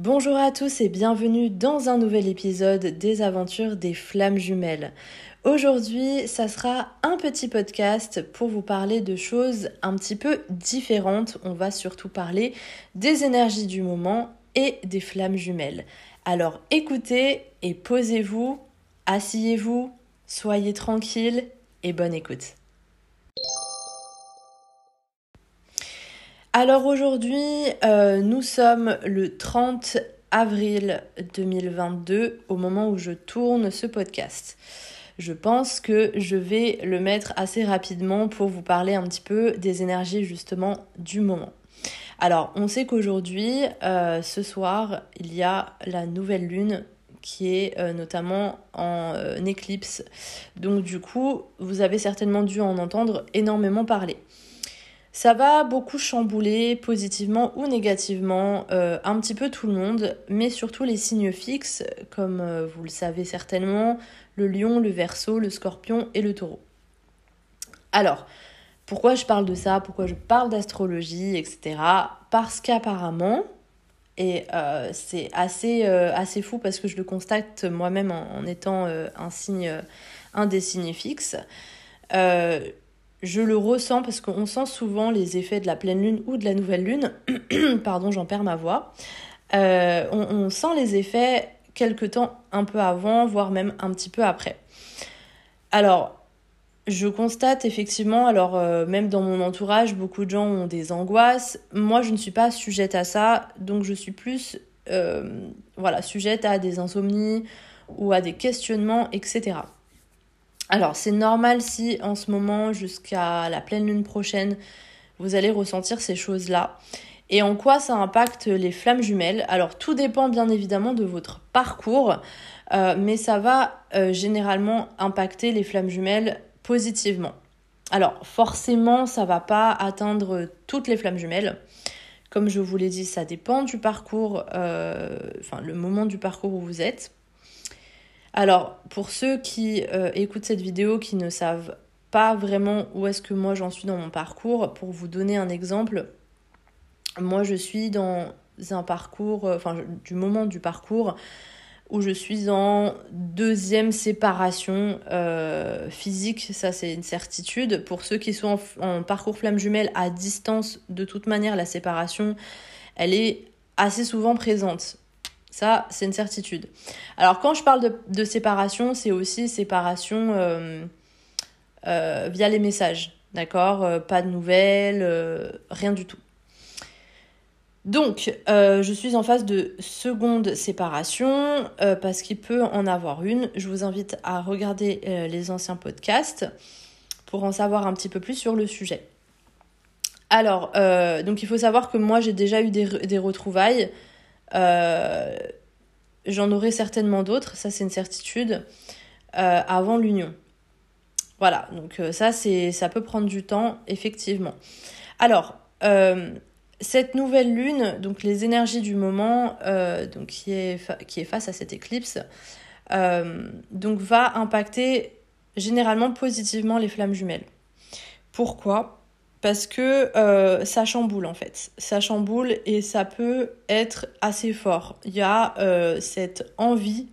Bonjour à tous et bienvenue dans un nouvel épisode des aventures des flammes jumelles. Aujourd'hui, ça sera un petit podcast pour vous parler de choses un petit peu différentes. On va surtout parler des énergies du moment et des flammes jumelles. Alors écoutez et posez-vous, asseyez-vous, soyez tranquille et bonne écoute. Alors aujourd'hui, nous sommes le 30 avril 2022 au moment où je tourne ce podcast. Je pense que je vais le mettre assez rapidement pour vous parler un petit peu des énergies justement du moment. Alors on sait qu'aujourd'hui, ce soir, il y a la nouvelle lune qui est notamment en éclipse. Donc du coup, vous avez certainement dû en entendre énormément parler. Ça va beaucoup chambouler positivement ou négativement un petit peu tout le monde, mais surtout les signes fixes, comme vous le savez certainement, le lion, le verseau, le scorpion et le taureau. Alors, pourquoi je parle de ça, pourquoi je parle d'astrologie, etc. Parce qu'apparemment, et c'est assez fou parce que je le constate moi-même en étant un des signes fixes, je le ressens parce qu'on sent souvent les effets de la pleine lune ou de la nouvelle lune. Pardon, j'en perds ma voix. On sent les effets quelque temps un peu avant, voire même un petit peu après. Alors, je constate effectivement, même dans mon entourage, beaucoup de gens ont des angoisses. Moi, je ne suis pas sujette à ça, donc je suis plus sujette à des insomnies ou à des questionnements, etc. Alors, c'est normal si en ce moment, jusqu'à la pleine lune prochaine, vous allez ressentir ces choses-là. Et en quoi ça impacte les flammes jumelles? Alors, tout dépend bien évidemment de votre parcours, mais ça va généralement impacter les flammes jumelles positivement. Alors, forcément, ça va pas atteindre toutes les flammes jumelles. Comme je vous l'ai dit, ça dépend du parcours, le moment du parcours où vous êtes. Alors, pour ceux qui écoutent cette vidéo, qui ne savent pas vraiment où est-ce que moi j'en suis dans mon parcours, pour vous donner un exemple, moi je suis dans un parcours, du moment du parcours où je suis en deuxième séparation physique, ça c'est une certitude. Pour ceux qui sont en parcours flamme jumelle à distance, de toute manière la séparation, elle est assez souvent présente. Ça, c'est une certitude. Alors, quand je parle de séparation, c'est aussi séparation via les messages, d'accord ? Pas de nouvelles, rien du tout. Donc, je suis en phase de seconde séparation parce qu'il peut en avoir une. Je vous invite à regarder les anciens podcasts pour en savoir un petit peu plus sur le sujet. Alors, donc il faut savoir que moi, j'ai déjà eu des retrouvailles. J'en aurai certainement d'autres, ça c'est une certitude, avant l'union. Voilà, donc ça peut prendre du temps, effectivement. Alors, cette nouvelle lune, donc les énergies du moment, qui est face à cette éclipse, donc va impacter généralement positivement les flammes jumelles. Pourquoi ? Parce que ça chamboule en fait. Ça chamboule et ça peut être assez fort. Il y a cette envie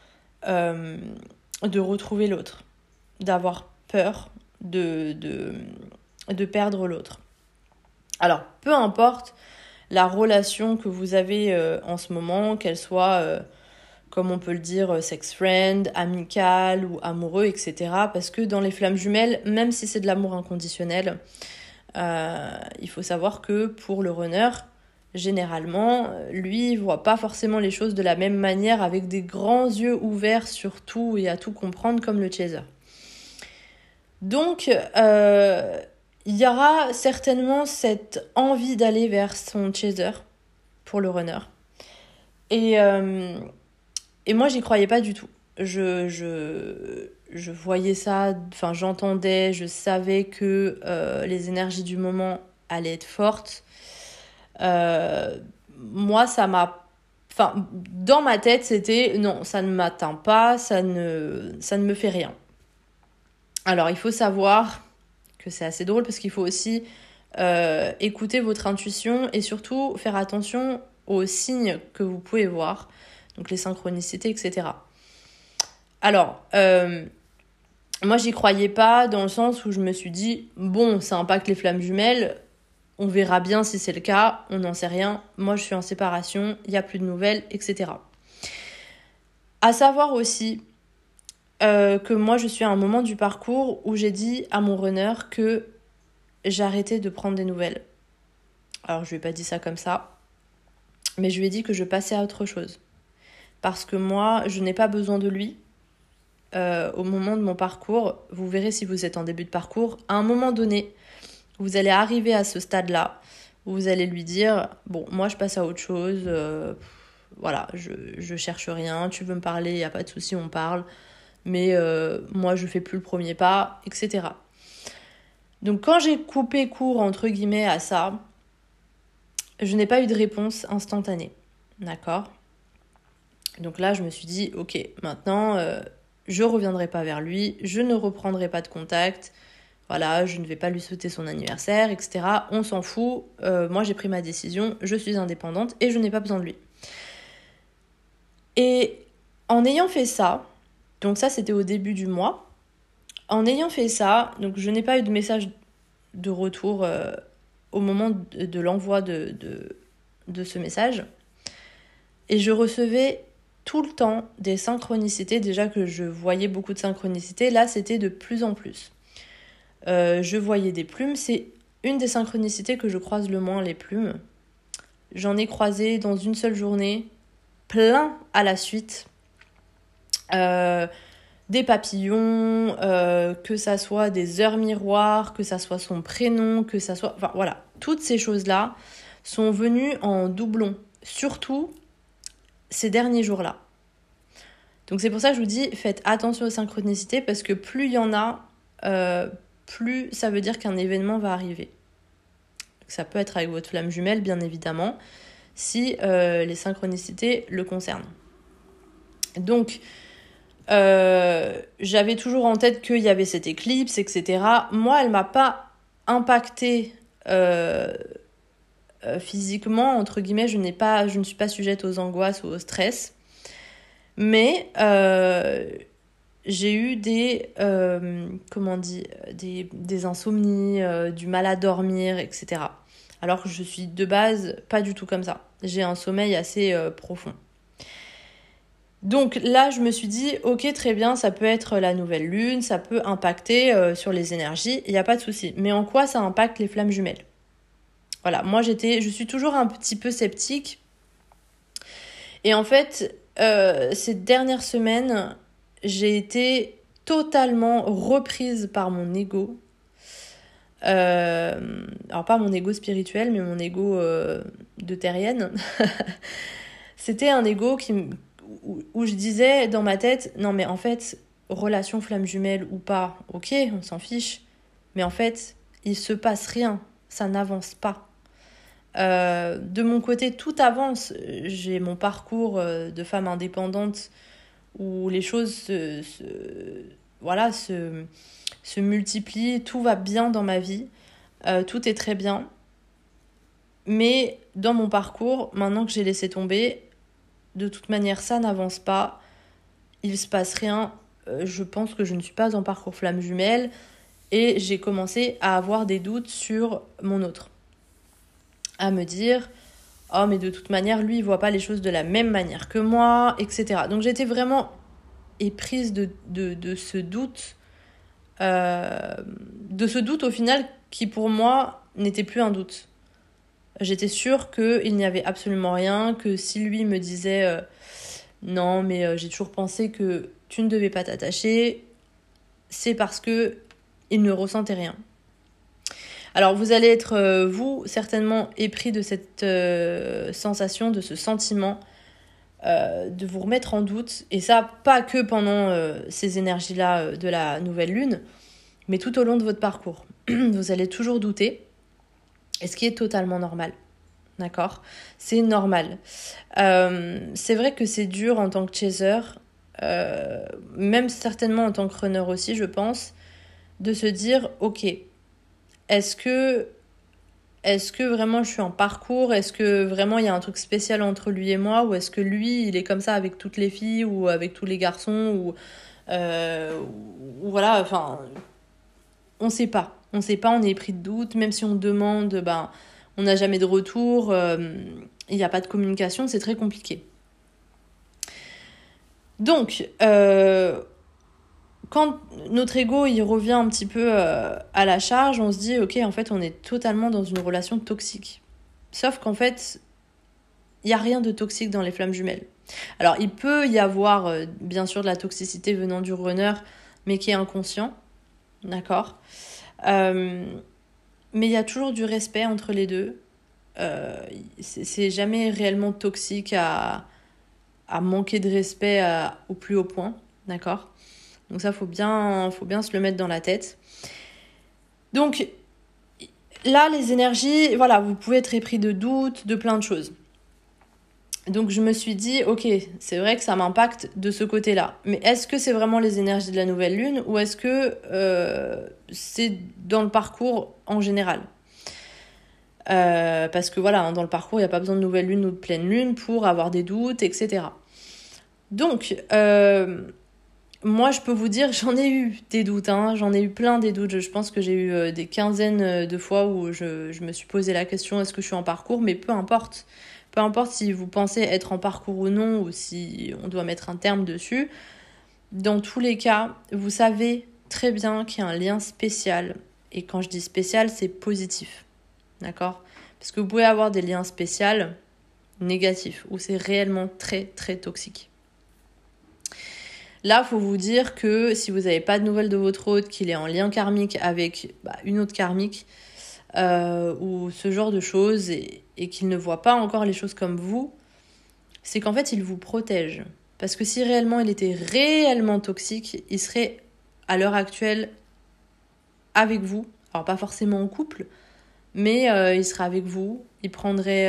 de retrouver l'autre, d'avoir peur de perdre l'autre. Alors, peu importe la relation que vous avez en ce moment, qu'elle soit, comme on peut le dire, sex friend, amicale ou amoureux, etc. Parce que dans les flammes jumelles, même si c'est de l'amour inconditionnel, il faut savoir que pour le runner, généralement, lui, il voit pas forcément les choses de la même manière, avec des grands yeux ouverts sur tout et à tout comprendre comme le chaser. Donc, il y aura certainement cette envie d'aller vers son chaser pour le runner. Et moi, j'y croyais pas du tout. Je voyais ça, j'entendais, je savais que les énergies du moment allaient être fortes. Moi, dans ma tête, c'était non, ça ne m'atteint pas, ça ne me fait rien. Alors, il faut savoir que c'est assez drôle parce qu'il faut aussi écouter votre intuition et surtout faire attention aux signes que vous pouvez voir, donc les synchronicités, etc. Alors, moi j'y croyais pas dans le sens où je me suis dit, bon, ça impacte les flammes jumelles, on verra bien si c'est le cas, on n'en sait rien, moi je suis en séparation, il n'y a plus de nouvelles, etc. À savoir aussi que moi je suis à un moment du parcours où j'ai dit à mon runner que j'arrêtais de prendre des nouvelles. Alors je lui ai pas dit ça comme ça, mais je lui ai dit que je passais à autre chose. Parce que moi, je n'ai pas besoin de lui. Au moment de mon parcours, vous verrez si vous êtes en début de parcours, à un moment donné, vous allez arriver à ce stade-là, où vous allez lui dire, bon, moi je passe à autre chose, voilà, je cherche rien, tu veux me parler, il n'y a pas de souci, on parle, mais moi je fais plus le premier pas, etc. Donc quand j'ai coupé court, entre guillemets, à ça, je n'ai pas eu de réponse instantanée, d'accord ? Donc là, je me suis dit, ok, maintenant, je reviendrai pas vers lui, je ne reprendrai pas de contact, voilà, je ne vais pas lui souhaiter son anniversaire, etc. On s'en fout, moi j'ai pris ma décision, je suis indépendante et je n'ai pas besoin de lui. Et en ayant fait ça, donc ça c'était au début du mois, en ayant fait ça, donc je n'ai pas eu de message de retour au moment de l'envoi de ce message, et je recevais tout le temps des synchronicités, déjà que je voyais beaucoup de synchronicités, là c'était de plus en plus. Je voyais des plumes, c'est une des synchronicités que je croise le moins, les plumes. J'en ai croisé dans une seule journée, plein à la suite. Des papillons, que ça soit des heures miroirs, que ça soit son prénom, que ça soit... Enfin voilà, toutes ces choses-là sont venues en doublon, surtout ces derniers jours-là. Donc c'est pour ça que je vous dis, faites attention aux synchronicités, parce que plus il y en a, plus ça veut dire qu'un événement va arriver. Ça peut être avec votre flamme jumelle, bien évidemment, si les synchronicités le concernent. Donc, j'avais toujours en tête qu'il y avait cette éclipse, etc. Moi, elle m'a pas impactée physiquement, entre guillemets. Je ne suis pas sujette aux angoisses ou au stress. Mais j'ai eu des insomnies, du mal à dormir, etc. Alors que je suis de base pas du tout comme ça. J'ai un sommeil assez profond. Donc là, je me suis dit, ok, très bien, ça peut être la nouvelle lune, ça peut impacter sur les énergies, il n'y a pas de souci. Mais en quoi ça impacte les flammes jumelles ? Voilà, moi je suis toujours un petit peu sceptique. Et en fait, ces dernières semaines, j'ai été totalement reprise par mon ego. Alors pas mon ego spirituel, mais mon ego de terrienne. C'était un ego où je disais dans ma tête, non mais en fait, relation flamme jumelle ou pas, ok, on s'en fiche. Mais en fait, il se passe rien, ça n'avance pas. De mon côté, tout avance. J'ai mon parcours de femme indépendante où les choses se multiplient, tout va bien dans ma vie, tout est très bien. Mais dans mon parcours, maintenant que j'ai laissé tomber, de toute manière, ça n'avance pas, il se passe rien. Je pense que je ne suis pas en parcours flamme jumelle et j'ai commencé à avoir des doutes sur mon autre. À me dire, oh mais de toute manière, lui, il voit pas les choses de la même manière que moi, etc. Donc j'étais vraiment éprise de ce doute, au final, qui pour moi n'était plus un doute. J'étais sûre qu'il n'y avait absolument rien, que si lui me disait non mais j'ai toujours pensé que tu ne devais pas t'attacher, c'est parce que il ne ressentait rien. Alors vous allez être, vous, certainement épris de cette sensation, de ce sentiment, de vous remettre en doute. Et ça, pas que pendant ces énergies-là de la nouvelle lune, mais tout au long de votre parcours. Vous allez toujours douter, et ce qui est totalement normal. D'accord ? C'est normal. C'est vrai que c'est dur en tant que chaser, même certainement en tant que runner aussi, je pense, de se dire, ok, est-ce que est-ce que vraiment je suis en parcours? Est-ce que vraiment il y a un truc spécial entre lui et moi? Ou est-ce que lui, il est comme ça avec toutes les filles ou avec tous les garçons? Ou voilà, enfin, on sait pas. On sait pas, on est pris de doute. Même si on demande, on n'a jamais de retour. Il n'y a pas de communication, c'est très compliqué. Donc, quand notre ego il revient un petit peu à la charge, on se dit ok, en fait on est totalement dans une relation toxique. Sauf qu'en fait, il n'y a rien de toxique dans les flammes jumelles. Alors il peut y avoir bien sûr de la toxicité venant du runner, mais qui est inconscient, d'accord. Mais il y a toujours du respect entre les deux. C'est jamais réellement toxique à manquer de respect au plus haut point, d'accord. Donc ça, faut bien se le mettre dans la tête. Donc là, les énergies, voilà, vous pouvez être épris de doutes, de plein de choses. Donc je me suis dit, ok, c'est vrai que ça m'impacte de ce côté-là. Mais est-ce que c'est vraiment les énergies de la nouvelle lune ou est-ce que c'est dans le parcours en général ? Parce que voilà, dans le parcours, il n'y a pas besoin de nouvelle lune ou de pleine lune pour avoir des doutes, etc. Donc, moi, je peux vous dire, j'en ai eu des doutes, j'en ai eu plein des doutes. Je pense que j'ai eu des quinzaines de fois où je me suis posé la question, est-ce que je suis en parcours ? Mais peu importe. Peu importe si vous pensez être en parcours ou non, ou si on doit mettre un terme dessus. Dans tous les cas, vous savez très bien qu'il y a un lien spécial. Et quand je dis spécial, c'est positif. D'accord ? Parce que vous pouvez avoir des liens spéciaux négatifs, où c'est réellement très, très toxique. Là, il faut vous dire que si vous n'avez pas de nouvelles de votre hôte, qu'il est en lien karmique avec une autre karmique, ou ce genre de choses, et qu'il ne voit pas encore les choses comme vous, c'est qu'en fait, il vous protège. Parce que si réellement il était réellement toxique, il serait à l'heure actuelle avec vous. Alors pas forcément en couple, mais il serait avec vous. Il prendrait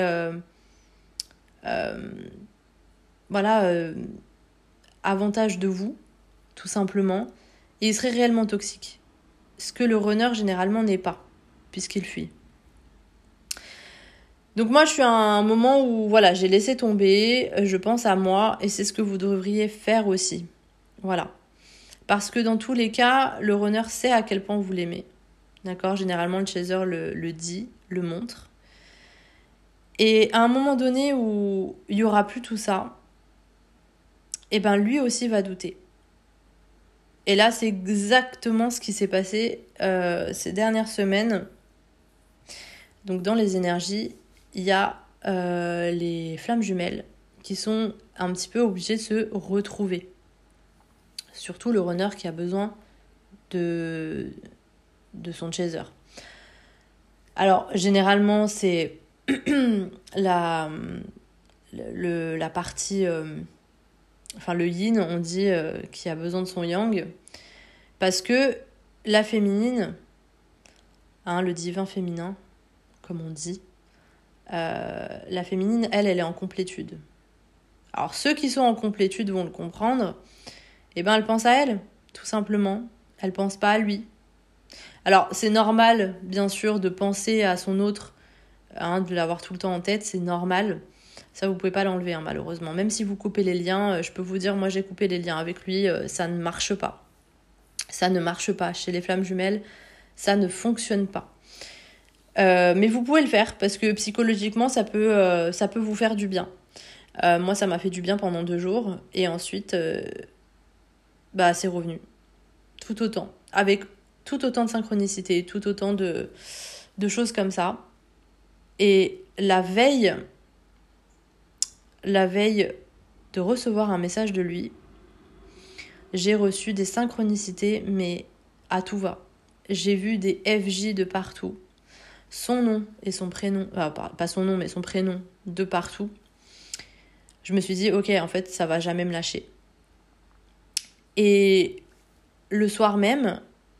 avantage de vous, tout simplement. Et il serait réellement toxique. Ce que le runner généralement n'est pas, puisqu'il fuit. Donc moi, je suis à un moment où voilà, j'ai laissé tomber, je pense à moi, et c'est ce que vous devriez faire aussi. Voilà. Parce que dans tous les cas, le runner sait à quel point vous l'aimez. D'accord ? Généralement, le chaser le dit, le montre. Et à un moment donné où il n'y aura plus tout ça, lui aussi va douter. Et là, c'est exactement ce qui s'est passé ces dernières semaines. Donc dans les énergies, il y a les flammes jumelles qui sont un petit peu obligées de se retrouver. Surtout le runner qui a besoin de son chaser. Alors, généralement, c'est la partie... le yin, on dit qui a besoin de son yang. Parce que la féminine, le divin féminin, comme on dit, la féminine, elle est en complétude. Alors, ceux qui sont en complétude vont le comprendre. Elle pense à elle, tout simplement. Elle pense pas à lui. Alors, c'est normal, bien sûr, de penser à son autre, de l'avoir tout le temps en tête, c'est normal. Ça, vous pouvez pas l'enlever, malheureusement. Même si vous coupez les liens, je peux vous dire, moi, j'ai coupé les liens avec lui, ça ne marche pas. Ça ne marche pas. Chez les flammes jumelles, ça ne fonctionne pas. Mais vous pouvez le faire, parce que psychologiquement, ça peut vous faire du bien. Moi, ça m'a fait du bien pendant 2 jours, et ensuite, c'est revenu. Tout autant. Avec tout autant de synchronicité, tout autant de choses comme ça. Et la veille de recevoir un message de lui, j'ai reçu des synchronicités, mais à tout va. J'ai vu des FJ de partout. Son nom et son prénom, pas son nom, mais son prénom de partout. Je me suis dit, ok, en fait, ça va jamais me lâcher. Et le soir même,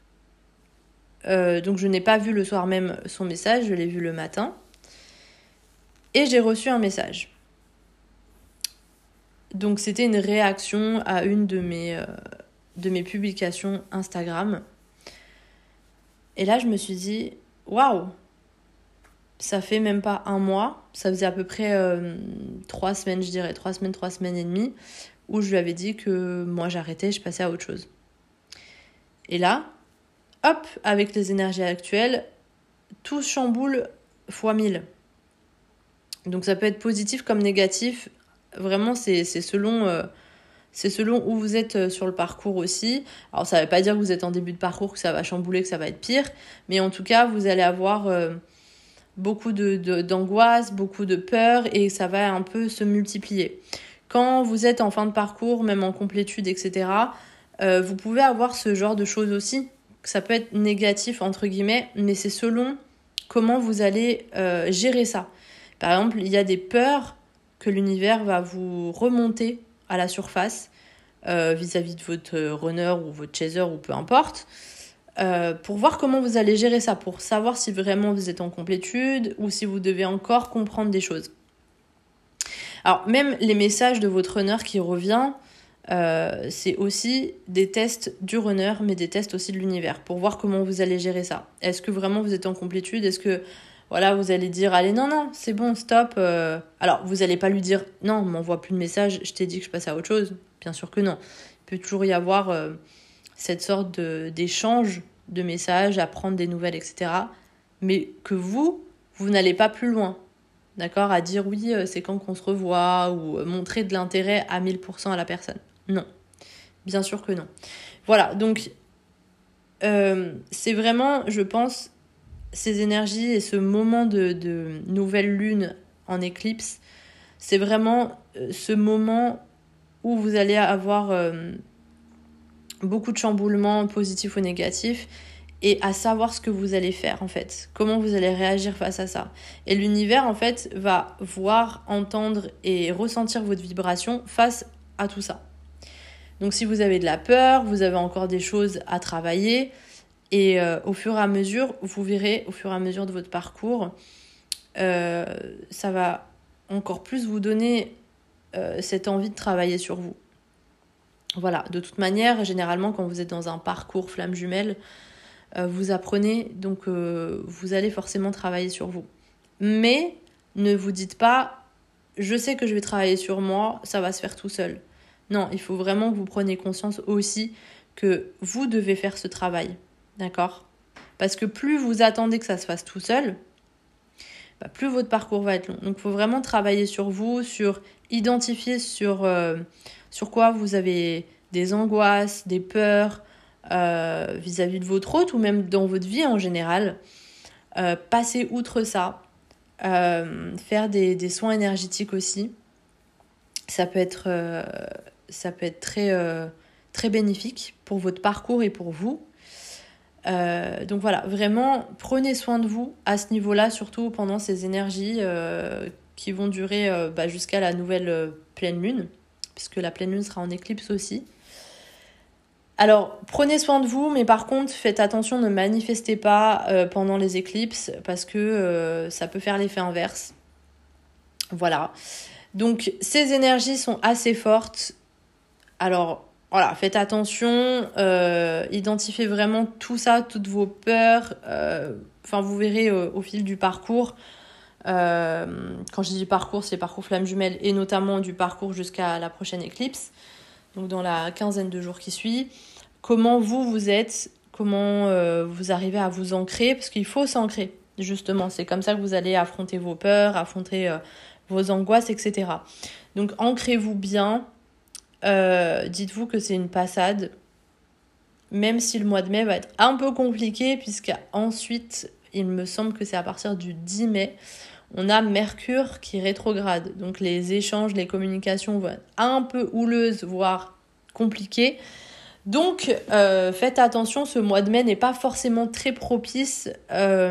donc je n'ai pas vu le soir même son message, je l'ai vu le matin. Et j'ai reçu un message. Donc c'était une réaction à une de mes publications Instagram. Et là je me suis dit, waouh, ça fait même pas un mois, ça faisait à peu près 3 semaines, je dirais, 3 semaines et demie, où je lui avais dit que moi j'arrêtais, je passais à autre chose. Et là, hop, avec les énergies actuelles, tout chamboule fois 1000. Donc ça peut être positif comme négatif. Vraiment, c'est selon où vous êtes sur le parcours aussi. Alors ça ne veut pas dire que vous êtes en début de parcours, que ça va chambouler, que ça va être pire. Mais en tout cas, vous allez avoir beaucoup d'angoisse, beaucoup de peur et ça va un peu se multiplier. Quand vous êtes en fin de parcours, même en complétude, etc., vous pouvez avoir ce genre de choses aussi. Ça peut être négatif, entre guillemets, mais c'est selon comment vous allez gérer ça. Par exemple, il y a des peurs que l'univers va vous remonter à la surface vis-à-vis de votre runner ou votre chaser ou peu importe, pour voir comment vous allez gérer ça, pour savoir si vraiment vous êtes en complétude ou si vous devez encore comprendre des choses. Alors, même les messages de votre runner qui revient, c'est aussi des tests du runner, mais des tests aussi de l'univers, pour voir comment vous allez gérer ça. Est-ce que vraiment vous êtes en complétude ? Est-ce que voilà, vous allez dire, allez, non, c'est bon, stop. Alors, vous n'allez pas lui dire, non, m'envoie plus de messages, je t'ai dit que je passais à autre chose. Bien sûr que non. Il peut toujours y avoir cette sorte d'échange de messages, à prendre des nouvelles, etc. Mais que vous n'allez pas plus loin. D'accord ? À dire, oui, c'est quand qu'on se revoit, ou montrer de l'intérêt à 1000% à la personne. Non. Bien sûr que non. Voilà, donc, c'est vraiment, je pense, ces énergies et ce moment de nouvelle lune en éclipse, c'est vraiment ce moment où vous allez avoir beaucoup de chamboulements positifs ou négatifs et à savoir ce que vous allez faire en fait, comment vous allez réagir face à ça. Et l'univers en fait va voir, entendre et ressentir votre vibration face à tout ça. Donc si vous avez de la peur, vous avez encore des choses à travailler. Et au fur et à mesure, vous verrez, au fur et à mesure de votre parcours, ça va encore plus vous donner cette envie de travailler sur vous. Voilà, de toute manière, généralement, quand vous êtes dans un parcours flamme jumelle, vous apprenez, donc vous allez forcément travailler sur vous. Mais ne vous dites pas, je sais que je vais travailler sur moi, ça va se faire tout seul. Non, il faut vraiment que vous preniez conscience aussi que vous devez faire ce travail. D'accord ? Parce que plus vous attendez que ça se fasse tout seul, plus votre parcours va être long. Donc il faut vraiment travailler sur vous, sur identifier sur quoi vous avez des angoisses, des peurs vis-à-vis de votre hôte ou même dans votre vie en général. Passer outre ça, faire des soins énergétiques aussi. Ça peut être très bénéfique pour votre parcours et pour vous. Donc voilà, vraiment prenez soin de vous à ce niveau-là, surtout pendant ces énergies qui vont durer jusqu'à la nouvelle pleine lune, puisque la pleine lune sera en éclipse aussi. Alors prenez soin de vous, mais par contre faites attention, ne manifestez pas pendant les éclipses parce que ça peut faire l'effet inverse. Voilà, donc ces énergies sont assez fortes. Alors voilà, faites attention, identifiez vraiment tout ça, toutes vos peurs. Vous verrez au fil du parcours. Quand je dis parcours, c'est parcours flamme jumelle et notamment du parcours jusqu'à la prochaine éclipse. Donc dans la quinzaine de jours qui suit. Comment vous êtes, comment vous arrivez à vous ancrer, parce qu'il faut s'ancrer, justement. C'est comme ça que vous allez affronter vos peurs, affronter vos angoisses, etc. Donc ancrez-vous bien. Dites-vous que c'est une passade, même si le mois de mai va être un peu compliqué, puisqu'ensuite, il me semble que c'est à partir du 10 mai, on a Mercure qui rétrograde. Donc les échanges, les communications vont être un peu houleuses, voire compliquées. Donc faites attention, ce mois de mai n'est pas forcément très propice à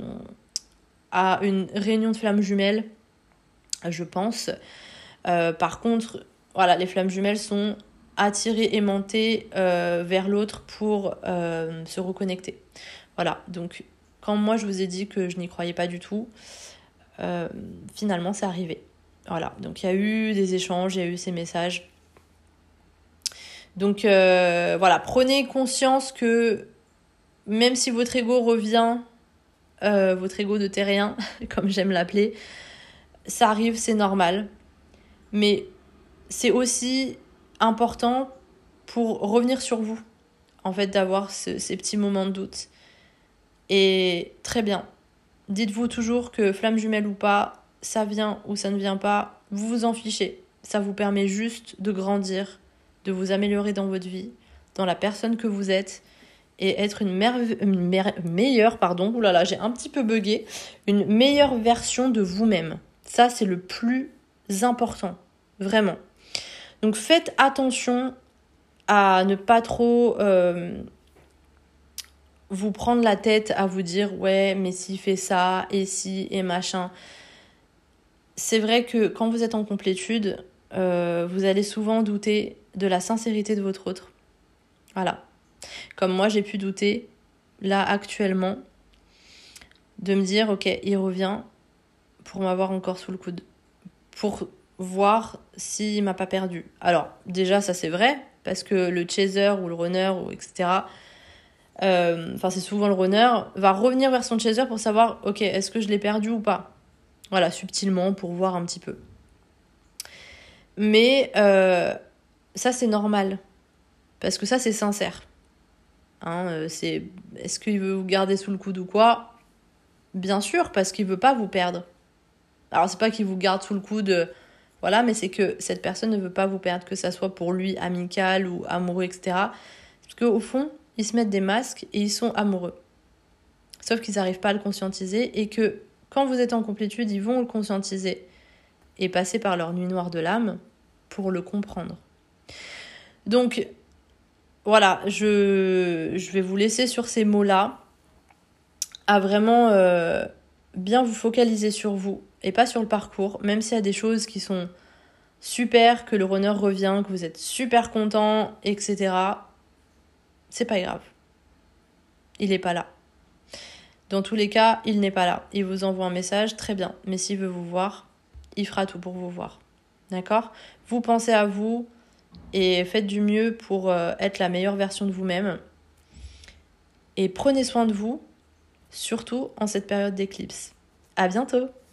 une réunion de flammes jumelles, je pense. Par contre, voilà, les flammes jumelles sont attirées, aimantées vers l'autre pour se reconnecter. Voilà, donc quand moi je vous ai dit que je n'y croyais pas du tout, finalement c'est arrivé. Voilà, donc il y a eu des échanges, il y a eu ces messages. Donc voilà, prenez conscience que même si votre ego revient votre ego de terrien, comme j'aime l'appeler. Ça arrive, c'est normal. Mais c'est aussi important pour revenir sur vous, en fait, d'avoir ces petits moments de doute. Et très bien. Dites-vous toujours que flamme jumelle ou pas, ça vient ou ça ne vient pas, vous vous en fichez. Ça vous permet juste de grandir, de vous améliorer dans votre vie, dans la personne que vous êtes, et être une meilleure, oulala, j'ai un petit peu bugué, une meilleure version de vous-même. Ça, c'est le plus important, vraiment. Donc faites attention à ne pas trop vous prendre la tête à vous dire ouais, mais s'il fait ça et si et machin. C'est vrai que quand vous êtes en complétude, vous allez souvent douter de la sincérité de votre autre. Voilà. Comme moi, j'ai pu douter, là, actuellement, de me dire, ok, il revient pour m'avoir encore sous le coude. Pour voir s'il m'a pas perdu. Alors, déjà, ça c'est vrai, parce que le chaser ou le runner, ou etc., c'est souvent le runner, va revenir vers son chaser pour savoir, ok, est-ce que je l'ai perdu ou pas ? Voilà, subtilement, pour voir un petit peu. Mais ça, c'est normal. Parce que ça, c'est sincère. Est-ce qu'il veut vous garder sous le coude ou quoi ? Bien sûr, parce qu'il veut pas vous perdre. Alors, c'est pas qu'il vous garde sous le coude, voilà, mais c'est que cette personne ne veut pas vous perdre, que ça soit pour lui amical ou amoureux, etc. Parce qu'au fond, ils se mettent des masques et ils sont amoureux. Sauf qu'ils n'arrivent pas à le conscientiser et que quand vous êtes en complétude, ils vont le conscientiser et passer par leur nuit noire de l'âme pour le comprendre. Donc, voilà, je vais vous laisser sur ces mots-là à vraiment bien vous focaliser sur vous et pas sur le parcours, même s'il y a des choses qui sont super, que le runner revient, que vous êtes super content, etc. C'est pas grave. Il n'est pas là. Dans tous les cas, il n'est pas là. Il vous envoie un message, très bien. Mais s'il veut vous voir, il fera tout pour vous voir. D'accord ? Vous pensez à vous et faites du mieux pour être la meilleure version de vous-même. Et prenez soin de vous, surtout en cette période d'éclipse. À bientôt!